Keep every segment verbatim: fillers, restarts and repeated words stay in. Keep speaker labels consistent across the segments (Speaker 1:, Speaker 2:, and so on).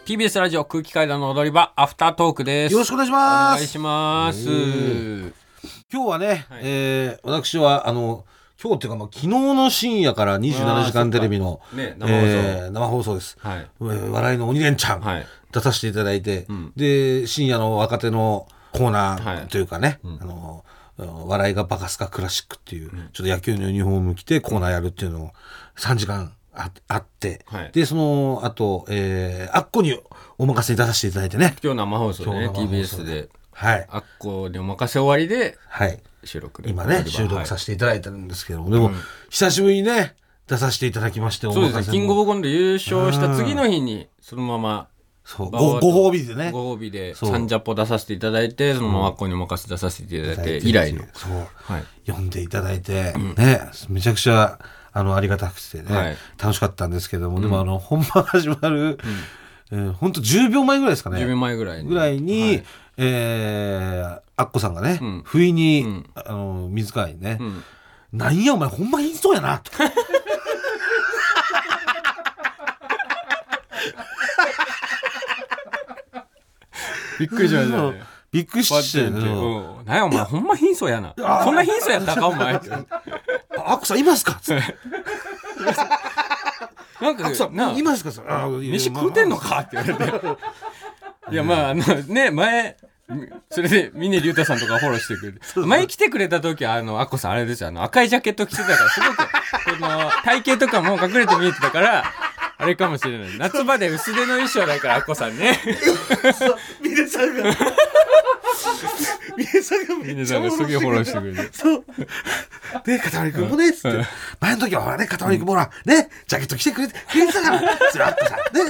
Speaker 1: ティービーエス ラジオ空気階段の踊り場アフタートークです。
Speaker 2: よろしくお願いします。
Speaker 1: お願いします。
Speaker 2: 今日はね、
Speaker 1: はい、
Speaker 2: えー、私はあの今日っていうか、まあ、昨日の深夜からにじゅうななじかんテレビの、
Speaker 1: ね、生放送、
Speaker 2: えー、生放送です、
Speaker 1: はい、
Speaker 2: 笑いの鬼レンチャン、はい、出させていただいて、うん、で深夜の若手のコーナーというかね、はい、うん、あの笑いがバカスカクラシックっていう、うん、ちょっと野球のユニフォーム着てコーナーやるっていうのをさんじかん あ, あって、はい、でその後、えー、あっこにお任せいたださせていただいてね、
Speaker 1: 今日生放送でね ティービーエス で、
Speaker 2: はい、
Speaker 1: あっこにお任せ終わりで、
Speaker 2: はい、
Speaker 1: 収録で
Speaker 2: 今ね収録させていただいたんですけども、はい、でも、うん、久しぶりにね出させていただきまして、
Speaker 1: そうですね、キングオブコント優勝した次の日にそのまま
Speaker 2: そうご, ご褒美でね
Speaker 1: ご褒美でサンジャポ出させていただいて、そのままあっこにお任せ出させていただいて以来の
Speaker 2: そう、はい、読んでいただいて、うん、ねめちゃくちゃあのありがたくてね、はい、楽しかったんですけども、うん、でもあの本番始まる、うんえー、ほんとじゅうびょうまえぐらいですかね、
Speaker 1: じゅうびょうまえぐらいに、
Speaker 2: ぐらいに、はい、えー、アッコさんがね、うん、不意に、うん、あの水川にね、うん、なんやお前ほんまにそうやなと
Speaker 1: びっくりしましたね。
Speaker 2: びっくりしてる、
Speaker 1: うん、なんやお前ほんま貧相やな、そんな貧相やったかお前ア
Speaker 2: ッコさんいますか
Speaker 1: なんか
Speaker 2: いますか
Speaker 1: あ飯食うてんのかって言われていやまああのね前それで峰竜太さんとかフォローしてくれて前来てくれた時はあのアッコさんあれですよ、あの赤いジャケット着てたからすごくこの体型とかも隠れて見えてたからあれかもしれない、夏場で薄手の衣装だからアッコさんね
Speaker 2: 峰さんが峰さんがめっちゃ
Speaker 1: すげえフォローしてくれて
Speaker 2: そうでかたまりくんもねっつって、うん、前の時はねかたまりくんもほらねジャケット着てくれてくれてたからつらっとさね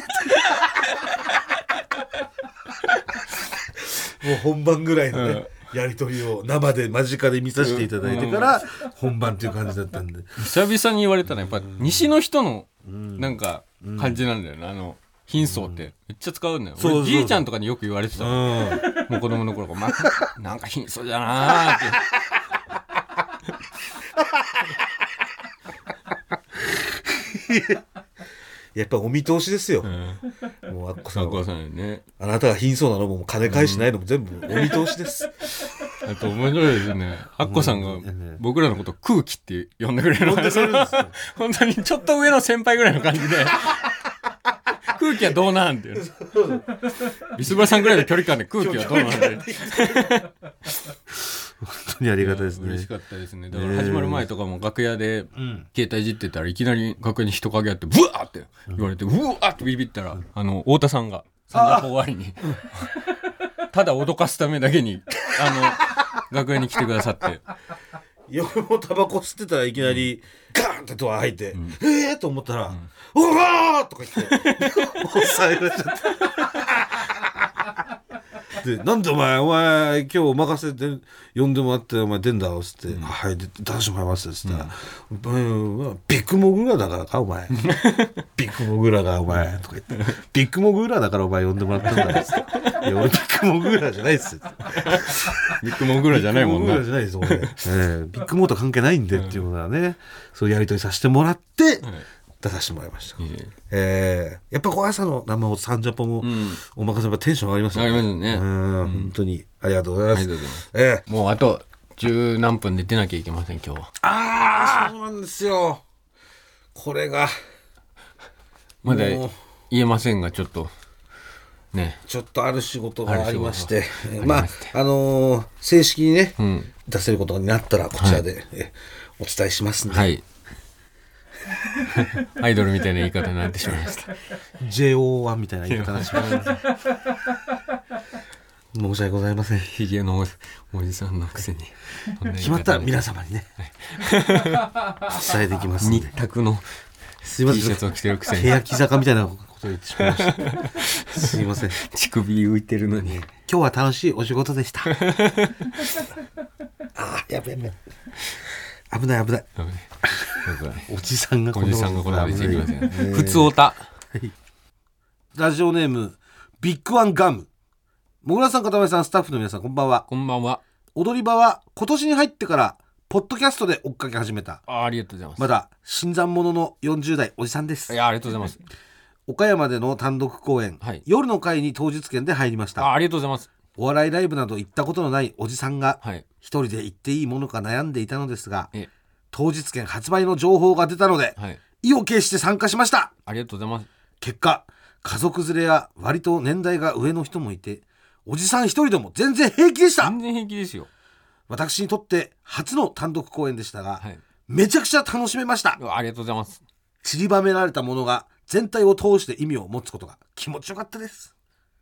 Speaker 2: もう本番ぐらいのね、うん、やりとりを生で間近で見させていただいてから本番っていう感じだったんで、
Speaker 1: 久々に言われたのはやっぱ西の人のなんか感じなんだよね、あの貧相ってめっちゃ使うんだよ、うん、俺じいちゃんとかによく言われてた、うん、もう子供の頃から、まあ、なんか貧相だなーって
Speaker 2: やっぱお見通しですよ、うん、もうアッコさんはさん、ね、あなたが貧相なのも金返しないのも全部お見通しです、
Speaker 1: うん、あと面白いですね、アッコさんが僕らのこと空気って呼んでくれるの本当にちょっと上の先輩ぐらいの感じで空気はどうなんっていうビスブラさんぐらいの距離感で空気はどうなんって
Speaker 2: 本当にありがたいですね。
Speaker 1: 嬉しかったですね。だから始まる前とかも楽屋で携帯いじってたらいきなり楽屋に人影あってブワーって言われて、うん、うわーってビビったら、うん、あの太田さんがサンジャポ終わりにただ脅かすためだけにあの楽屋に来てくださって
Speaker 2: 夜もタバコ吸ってたらいきなりガーンってドア開いて、うん、えーと思ったら、うん、うわーとか言って抑えられちゃってでなんでお前お前今日任せて呼んでもらってお前出んだろっつって、うん、はい出させてもらいますっつったら、うんうん、ビッグモグラだからかお前ビッグモグラがお前とか言ってビッグモグラだからお前呼んでもらったんだっつっていや俺ビッグモグラじゃないっす
Speaker 1: ビッグモグラじゃないもんな、
Speaker 2: ビッグモグラじゃないです俺、えー、ビッグモーと関係ないんでっていうのはね、うん、そういうやり取りさせてもらって、うん出させてもらいました、うんえー、やっぱこう朝の生放送サンジャポもお任せばテンション上がります
Speaker 1: ね、上がりますね、
Speaker 2: うん、本当にありがとうございます、
Speaker 1: えー、もうあと十何分で出なきゃいけません今日は。
Speaker 2: ああそうなんですよ、これが
Speaker 1: まだ言えませんがちょっとね
Speaker 2: ちょっとある仕事がありましてまああのー、正式にね、うん、出せることになったらこちらで、はい、えお伝えしますんで、
Speaker 1: はいアイドルみたいな言い方になってしまいました。
Speaker 2: ジェイオーワン みたいな言い方になってしまいました申し訳ございません。
Speaker 1: ひげの お, おじさんのくせに
Speaker 2: 決まったら皆様にね、はい、伝えていきますんで。
Speaker 1: 日卓の T シャツを着てるくせに
Speaker 2: 欅坂みたいなことを言ってしまいましたすいません、
Speaker 1: 乳首浮いてるのに
Speaker 2: 今日は楽しいお仕事でしたあやべえね危ない危ない危ないおじさんが
Speaker 1: このおじさんがこのままでいきません。普通おた、はい、
Speaker 2: ラジオネームビッグワンガム。もぐらさん、かたまりさん、スタッフの皆さんこんばんは。
Speaker 1: こんばんは。
Speaker 2: 踊り場は今年に入ってからポッドキャストで追っかけ始めた
Speaker 1: あ, ありがとうございます。
Speaker 2: まだ新参者のよんじゅう代おじさんです。
Speaker 1: いやありがとうございます。
Speaker 2: 岡山での単独公演、はい、夜の会に当日券で入りました。
Speaker 1: あ, ありがとうございます。
Speaker 2: お笑いライブなど行ったことのないおじさんが、はい、一人で行っていいものか悩んでいたのですが、当日券発売の情報が出たので、はい、意を決して参加しました。
Speaker 1: ありがとうございます。
Speaker 2: 結果、家族連れや割と年代が上の人もいて、おじさん一人でも全然平気でした。
Speaker 1: 全然平気ですよ。
Speaker 2: 私にとって初の単独公演でしたが、はい、めちゃくちゃ楽しめました。
Speaker 1: ありがとうございます。
Speaker 2: 散りばめられたものが全体を通して意味を持つことが気持ちよかったです。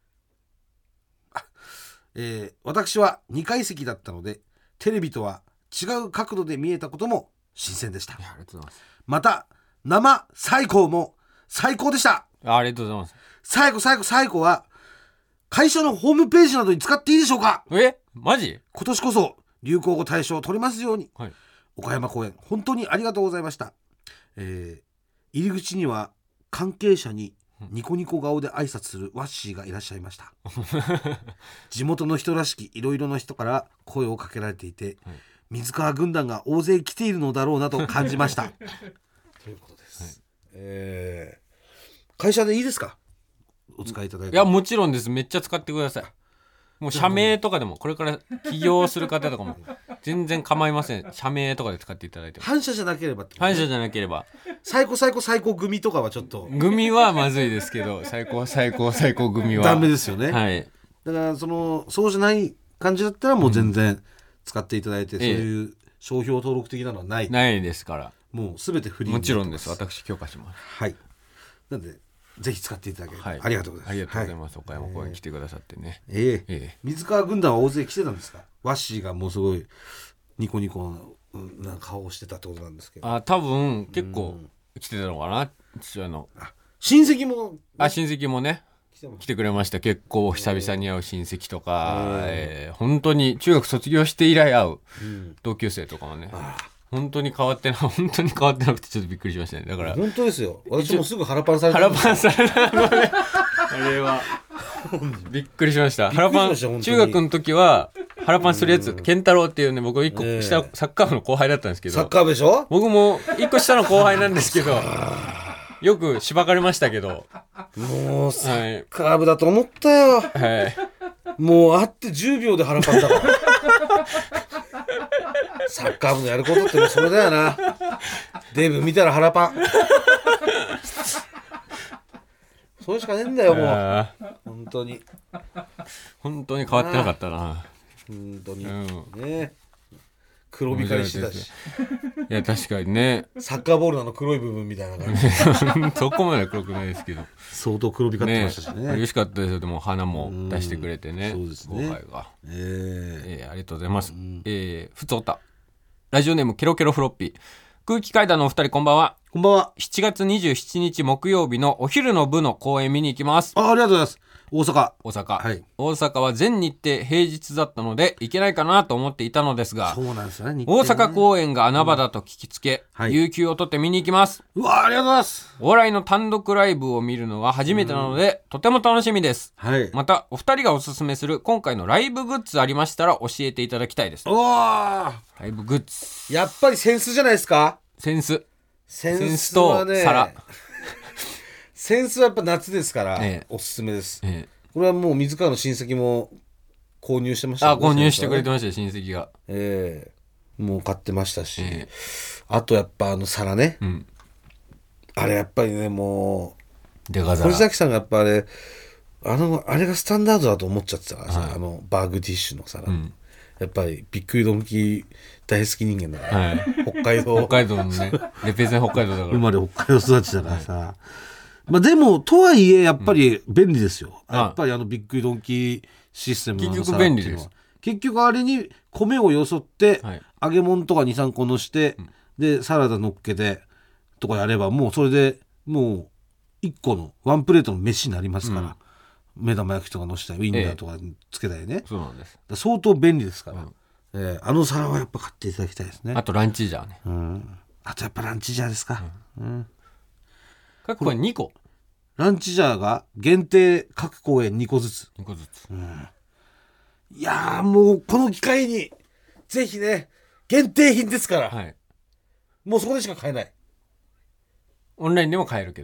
Speaker 2: えー、私はにかい席だったので、テレビとは違う角度で見えたことも新鮮でした。
Speaker 1: ありがとうございます。
Speaker 2: また生最高も最高でした。
Speaker 1: ありがとうございます。
Speaker 2: 最後最後最後は会社のホームページなどに使っていいでしょうか。
Speaker 1: え、マジ？
Speaker 2: 今年こそ流行語大賞を取りますように、
Speaker 1: はい、
Speaker 2: 岡山公演本当にありがとうございました。えー、入り口には関係者にニコニコ顔で挨拶するワッシーがいらっしゃいました地元の人らしきいろいろな人から声をかけられていて、はい、水川軍団が大勢来ているのだろうなと感じましたということです、はい、えー、会社でいいですか、お使いいただいて。
Speaker 1: いや、もちろんです。めっちゃ使ってください。もう社名とかでも、これから起業する方とかも全然構いません。社名とかで使っていただいても。
Speaker 2: 反社じゃなければって、ね、
Speaker 1: 反社じゃなければ。
Speaker 2: 最高最高最高組とかはちょっと
Speaker 1: 組はまずいですけど、最高最高最高組は
Speaker 2: ダメですよね。
Speaker 1: はい。
Speaker 2: だからそのそうじゃない感じだったらもう全然使っていただいて、うん、そういう商標登録的なのはない。
Speaker 1: ないですから。
Speaker 2: もうすべてフリーに
Speaker 1: もちろんです。私許可します。
Speaker 2: はい。なんでぜひ使っていただければ、はい、ありがとうございます。
Speaker 1: ありがとうございます。はい、岡山公園来てくださってね。
Speaker 2: えー、えー、水川軍団は大勢来てたんですか。ワッシーがもうすごいニコニコな顔をしてたってことなんですけど。
Speaker 1: あ、多分結構来てたのかな。父親の
Speaker 2: あ親戚も、ね、
Speaker 1: あ親戚もね来てくれました。結構久々に会う親戚とか、えー、本当に中学卒業して以来会う同級生とかもね。あ本当に変わってな本当に変わってなくてちょっとびっくりしましたね。だから
Speaker 2: 本当ですよ。私もすぐ腹パンされた。
Speaker 1: 腹パンされたのであれはびっくりしました。腹パン中学の時は腹パンするやつ健太郎っていうね、僕一個下、サッカー部の後輩だったんですけど、
Speaker 2: サッカー部でしょ。僕
Speaker 1: も一個下の後輩なんですけどよくしばかれましたけど、
Speaker 2: もうサッカー部だと思ったよ、はい、もう会ってじゅうびょうで腹パンだからサッカー部のやることってもうそれだよな。デブ見たら腹パンそれしかねえんだよもう。本当に
Speaker 1: 本当に変わってなかったな。
Speaker 2: 本当に、うん、ね黒光りしてたし。
Speaker 1: いや確かにね。
Speaker 2: サッカーボールの黒い部分みたいな感じ
Speaker 1: そこまでは黒くないですけど
Speaker 2: 相当黒光ってましたしね。
Speaker 1: ね嬉しかったですよ。でも花も出してくれてね。
Speaker 2: そうですね。
Speaker 1: 後輩が、
Speaker 2: えー
Speaker 1: えー、ありがとうございます。えー、ふつおたラジオネームケロケロフロッピー。空気階段のお二人こんばんは。
Speaker 2: こんばんは。
Speaker 1: しちがつにじゅうしちにち木曜日のお昼の部の公演見に行きます。
Speaker 2: あ、ありがとうございます。大阪
Speaker 1: 大阪、
Speaker 2: はい、
Speaker 1: 大阪は全日程平日だったので行けないかなと思っていたのですが、
Speaker 2: そうなんですよね、
Speaker 1: 大阪公演が穴場だと聞きつけ、うんはい、有給を取って見に行きます。
Speaker 2: うわありがとうございます。
Speaker 1: お笑いの単独ライブを見るのは初めてなので、うん、とても楽しみです、はい、またお二人がおすすめする今回のライブグッズありましたら教えていただきたいです。
Speaker 2: おー
Speaker 1: ライブグッズ
Speaker 2: やっぱりセンスじゃないですか。
Speaker 1: センス
Speaker 2: センスはね、
Speaker 1: センスと皿
Speaker 2: センスはやっぱ夏ですから、ええ、おすすめです、ええ、これはもう水川の親戚も購入してました、ね、
Speaker 1: あ購入してくれてましたよ親戚が、
Speaker 2: ええ、もう買ってましたし、ええ、あとやっぱあの皿ね、うん、あれやっぱりねもう
Speaker 1: でか皿
Speaker 2: 堀崎さんがやっぱあれあのあれがスタンダードだと思っちゃってたからさ、はい、あのバーグティッシュの皿、うん、やっぱりびっくりドンキー大好き人間だから、はい、北海道
Speaker 1: 北海道のねレペゼン北海道だから
Speaker 2: 生まれ北海道育ちだからさ、はい、まあ、でもとはいえやっぱり便利ですよ、うん、やっぱりあのびっくりドンキーシステムの
Speaker 1: 結局便利です。
Speaker 2: 結局あれに米をよそって、はい、揚げ物とか にさんこのして、うん、でサラダ乗っけてとかやればもうそれでもういっこのワンプレートの飯になりますから、うん、目玉焼きとかのしたりウインナーとかつけたりね、
Speaker 1: ええ、そうなんです。
Speaker 2: だ相当便利ですから、うんえー、あの皿はやっぱ買っていただきたいですね。
Speaker 1: あとランチジャーね、
Speaker 2: うん、あとやっぱランチジャーですか、うんうん、
Speaker 1: 各公演にこ
Speaker 2: ランチジャーが限定各公演にこずつ
Speaker 1: にこずつ、うん、
Speaker 2: いやーもうこの機会にぜひね限定品ですから、はい、もうそこでしか買えない。
Speaker 1: オンラインでも買えるけど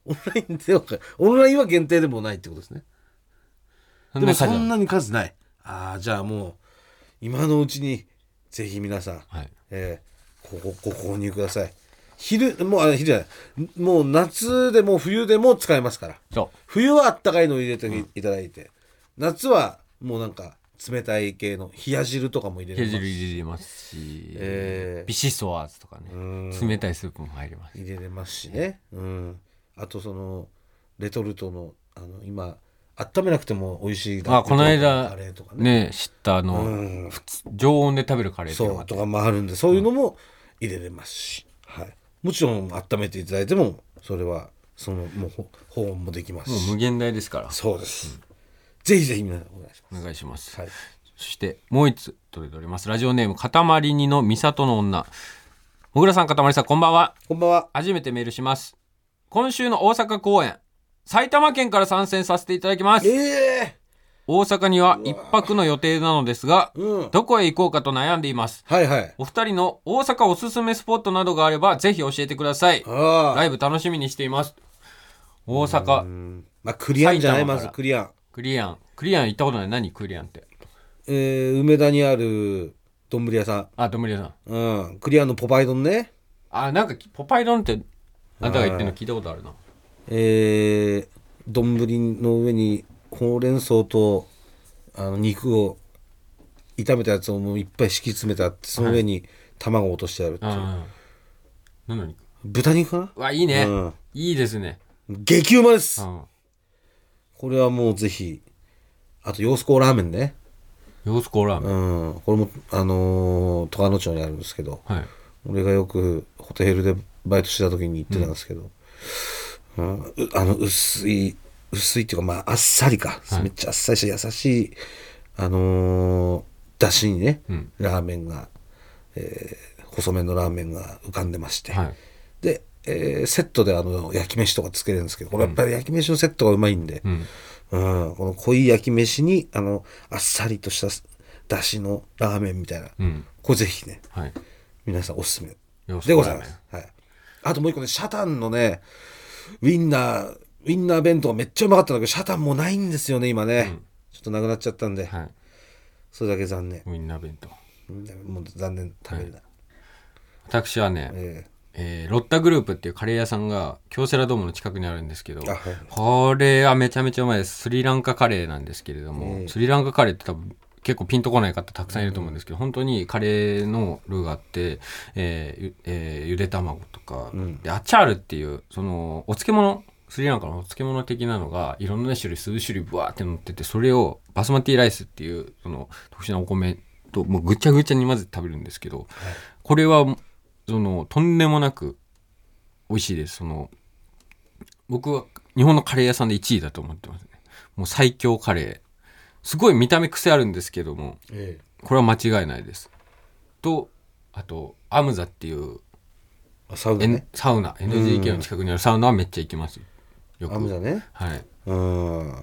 Speaker 2: オンラインではオンラインは限定でもないってことですね。でもそんなに数ない。ああ、じゃあもう今のうちにぜひ皆さん、はい、えー、ここご購入ください。昼もうあれ昼じゃない、もう夏でも冬でも使えますから。そう冬はあったかいのを入れていただいて、うん、夏はもうなんか冷たい系の冷や汁とかも入れれます。
Speaker 1: 冷や汁入れますし、えー、ビシソワーズとかね、冷たいスープも入ります。
Speaker 2: 入れれますしね、うん、あとそのレトルトのあの今温めなくても美味しい
Speaker 1: あこの間カレーとか ね, ね知ったあの、うん、普通常温で食べるカレーとか
Speaker 2: そうとかもあるんで、そういうのも入れれますし、うん、はい、もちろん温めていただいてもそれはそのもう保温もできますし、
Speaker 1: もう無限大ですから。
Speaker 2: そうです、うん、ぜひぜひ皆さんお願いします。
Speaker 1: お願いします、はい、そしてもう一つ取れております。ラジオネームかたまりにのみさとの女。もぐらさん、かたまりさん、こんばんは。
Speaker 2: こんばんは。
Speaker 1: 初めてメールします。今週の大阪公演、埼玉県から参戦させていただきます。えー、大阪には一泊の予定なのですが、うん、どこへ行こうかと悩んでいます、はいはい、お二人の大阪おすすめスポットなどがあればぜひ教えてください。ライブ楽しみにしています。大阪、
Speaker 2: まあ、クリアンじゃない。まずクリアン
Speaker 1: クリアンクリアン行ったことない。何クリアンって。
Speaker 2: えー、梅田にある丼屋さん。
Speaker 1: あ、丼屋さ
Speaker 2: ん、うん、クリアンのポパイ丼ね。
Speaker 1: あ、なんかポパイ丼ってあんたが言ってるの聞いたことあるな。
Speaker 2: えー、丼の上にほうれん草とあの肉を炒めたやつをもういっぱい敷き詰めてあって、その上に卵を落としてあるっていう、はい、
Speaker 1: 何の肉？
Speaker 2: 豚肉かな。
Speaker 1: わ、いいね、うん、いいですね。
Speaker 2: 激うまです、うん、これはもうぜひ。あとヨースコーラーメンね。
Speaker 1: ヨースコーラーメン、
Speaker 2: うん、これもあのー、戸賀野町にあるんですけど、はい、俺がよくホテルでバイトしてた時に行ってたんですけど、うん、うん、あの薄い薄いっていうか、まああっさりか、はい、めっちゃあっさりした優しいあのー、だしにね、うん、ラーメンが、えー、細麺のラーメンが浮かんでまして、はい、で、えー、セットであの焼き飯とかつけれるんですけど、これやっぱり焼き飯のセットがうまいんで、うんうん、この濃い焼き飯にあのあっさりとしただしのラーメンみたいな、うん、これぜひね、はい、皆さんおすすめでございます、はい、あともう一個ね、シャタンのねウインナーウインナー弁当がめっちゃうまかったんだけど、シャタンもうないんですよね今ね、うん、ちょっとなくなっちゃったんで、はい、それだけ残念。
Speaker 1: ウインナー弁当
Speaker 2: もう残念、食べれない、はい、
Speaker 1: 私はね、えーえー、ロッタグループっていうカレー屋さんが京セラドームの近くにあるんですけど、はい、これはめちゃめちゃうまいです。スリランカカレーなんですけれども、えー、スリランカカレーって多分結構ピンとこない方たくさんいると思うんですけど、うん、本当にカレーのルーがあって、えーえー、ゆで卵とか、うん、でアチャールっていうそのお漬物、スリランカのお漬物的なのがいろんな種類数種類ブワーって乗ってて、それをバスマティライスっていうその特殊なお米ともうぐちゃぐちゃに混ぜて食べるんですけど、はい、これはそのとんでもなく美味しいです。その僕は日本のカレー屋さんでいちいだと思ってますね。もう最強カレー、すごい見た目癖あるんですけども、ええ、これは間違いないです。とあとアムザっていう
Speaker 2: サウナ、ね、
Speaker 1: サウナ エヌジーケー の近くにあるサウナはめっちゃ行きます。よく
Speaker 2: アムザね、
Speaker 1: はい、うん、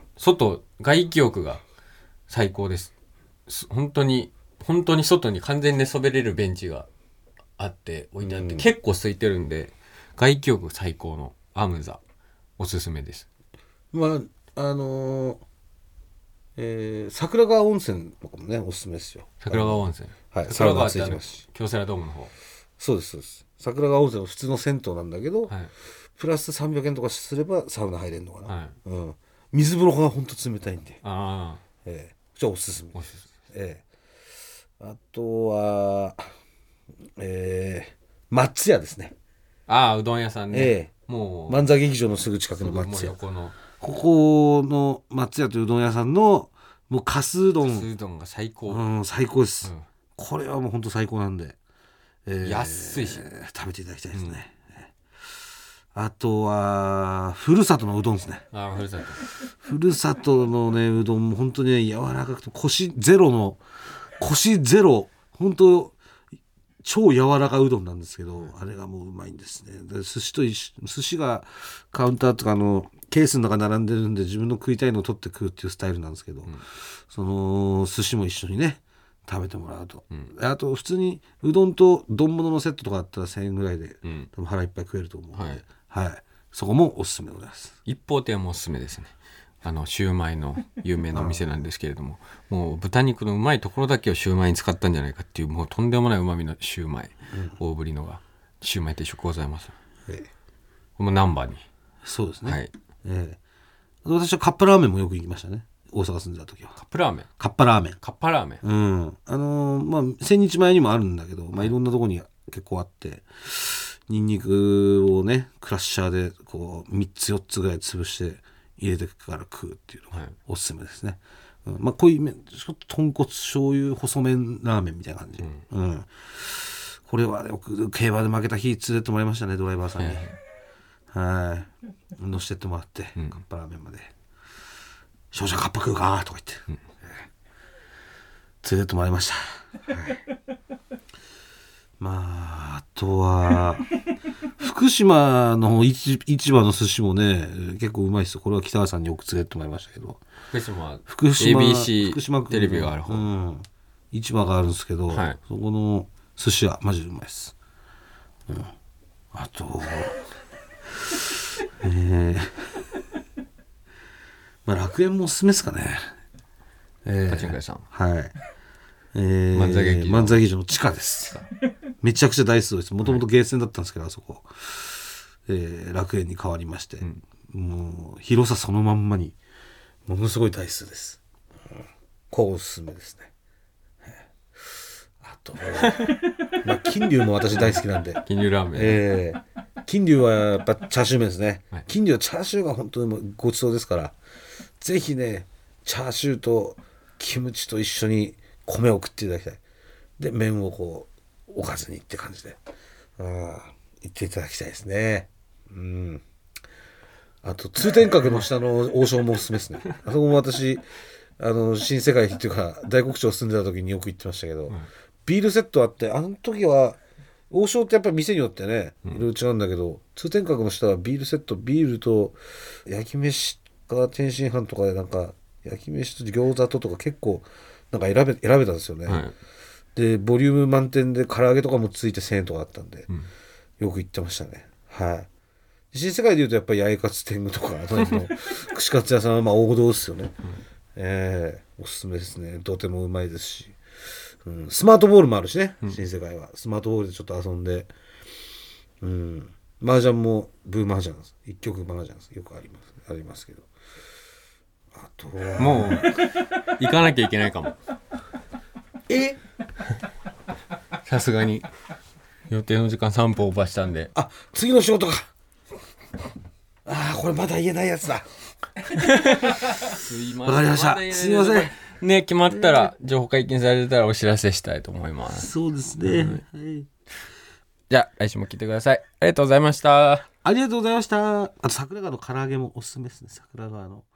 Speaker 1: 外外気浴が最高です。本当に本当に外に完全に寝そべれるベンチがあって置いてあって、うん、結構空いてるんで外気浴最高のアムザおすすめです。
Speaker 2: まああのーえー、桜川温泉とかもねおすすめですよ。
Speaker 1: 桜川温泉、
Speaker 2: はい、
Speaker 1: 桜川って京セラドームの方。
Speaker 2: そうですそうです。桜川温泉は普通の銭湯なんだけど、はい、プラスさんびゃくえんとかすればサウナ入れるのかな、はい、うん、水風呂がほんと冷たいんで、あ、えー、じゃあおすすめです。えー、あとはえー、松屋ですね。
Speaker 1: ああ、うどん屋さんね、
Speaker 2: えー、もう万座劇場のすぐ近くの松屋、ここの松屋といううどん屋さんのもうかすうどん、か
Speaker 1: すうどんが最高、
Speaker 2: うん、最高です、うん、これはもう本当最高なんで、
Speaker 1: えー、安いし
Speaker 2: 食べていただきたいですね、うん、あとはふるさとのうどんですね。
Speaker 1: あ、ふるさと
Speaker 2: ふるさとのねうどんも本当にね柔らかくてコシゼロのコシゼロ、本当超柔らかうどんなんですけど、あれがもううまいんですね。で寿司と一緒、寿司がカウンターとかのケースの中に並んでるんで自分の食いたいのを取って食うっていうスタイルなんですけど、うん、その寿司も一緒にね食べてもらうと、うん、あと普通にうどんと丼物のセットとかあったらせんえんぐらいで、うん、多分腹いっぱい食えると思うので、はいはい、 そこもおすすめでございます。
Speaker 1: 一方店もおすすめですね。あのシューマイの有名なお店なんですけれども、もう豚肉のうまいところだけをシューマイに使ったんじゃないかっていう、もうとんでもないうまみのシューマイ、うん、大ぶりのがシューマイ定食ございます。ええ、もう難波に。
Speaker 2: そうですね、
Speaker 1: はい、
Speaker 2: ええ、私はカップラーメンもよく行きましたね、大阪住んでた時は。
Speaker 1: カップラーメン
Speaker 2: カッパラーメン
Speaker 1: カッパラーメン、
Speaker 2: うん、あのー、まあ千日前にもあるんだけど、まあ、いろんなとこに結構あって、ニンニクをねクラッシャーでこうみっつよっつぐらい潰して入れてから食うっていうのがおすすめですね、はい、うん、まあ濃いめちょっと豚骨醤油細麺ラーメンみたいな感じ、うんうん、これはよく競馬で負けた日連れてってもらいましたね、ドライバーさんに、はい乗せてってもらって、うん、カッパラーメンまで少々カッパ食うかとか言って、うん、連れてってもらいました、はい、まああとは福島の 市, 市場の寿司もね結構うまいですよ。これは北川さんによく連れてってもらいましたけど、
Speaker 1: 福島
Speaker 2: 福島
Speaker 1: エービーシー
Speaker 2: 福島
Speaker 1: テレビがある方、
Speaker 2: うん、市場があるんですけど、はい、そこの寿司はマジでうまいです、うん、あとえーまあ、楽園もおすすめですかね。
Speaker 1: えー、パチンコ屋さん、
Speaker 2: はい、えー、
Speaker 1: 漫才劇場
Speaker 2: 漫才劇場の地下ですめちゃくちゃ大好きです。もともとゲーセンだったんですけど、はい、あそこ、えー、楽園に変わりまして、うん、もう広さそのまんまにものすごい大好きです、うん、こうおすすめですね。あとまあ金龍も私大好きなんで
Speaker 1: 金龍ラーメン、
Speaker 2: えー、金龍はやっぱチャーシュー麺ですね、はい、金龍はチャーシューが本当にごちそうですから、ぜひねチャーシューとキムチと一緒に米を食っていただきたい。で麺をこうおかずにって感じで、あ行っていただきたいですね。うん。あと通天閣の下の王将もおすすめですね。あそこも私あの新世界っていうか大黒町住んでた時によく行ってましたけど、うん、ビールセットあって、あの時は王将ってやっぱり店によってねいろいろ違うんだけど、うん、通天閣の下はビールセット、ビールと焼き飯か天津飯とかでなんか焼き飯と餃子ととか結構なんか選べ選べたんですよね、はい、でボリューム満点で唐揚げとかもついてせんえんとかだったんで、うん、よく行ってましたね。はい。新世界でいうとやっぱり八重勝天狗とかの串カツ屋さんはまあ王道ですよね、うん、えー、おすすめですね。とてもうまいですし、うん、スマートボールもあるしね、うん、新世界はスマートボールでちょっと遊んで、うん、麻雀もブーマージャンです。一曲麻雀です。よくありますありますけど、あとは
Speaker 1: もう行かなきゃいけないかも
Speaker 2: え
Speaker 1: さすがに予定の時間さんぷんオーバーしたんで、
Speaker 2: あ、次の仕事か。あーこれまだ言えないやつだ
Speaker 1: すいません、
Speaker 2: わかりました、ま、すいません
Speaker 1: ね、決まったら情報解禁されたらお知らせしたいと思います。
Speaker 2: そうですね、
Speaker 1: はい、じゃあ来週も聞いてください。ありがとうございました。
Speaker 2: ありがとうございました。あと桜川の唐揚げもおすすめですね。桜川の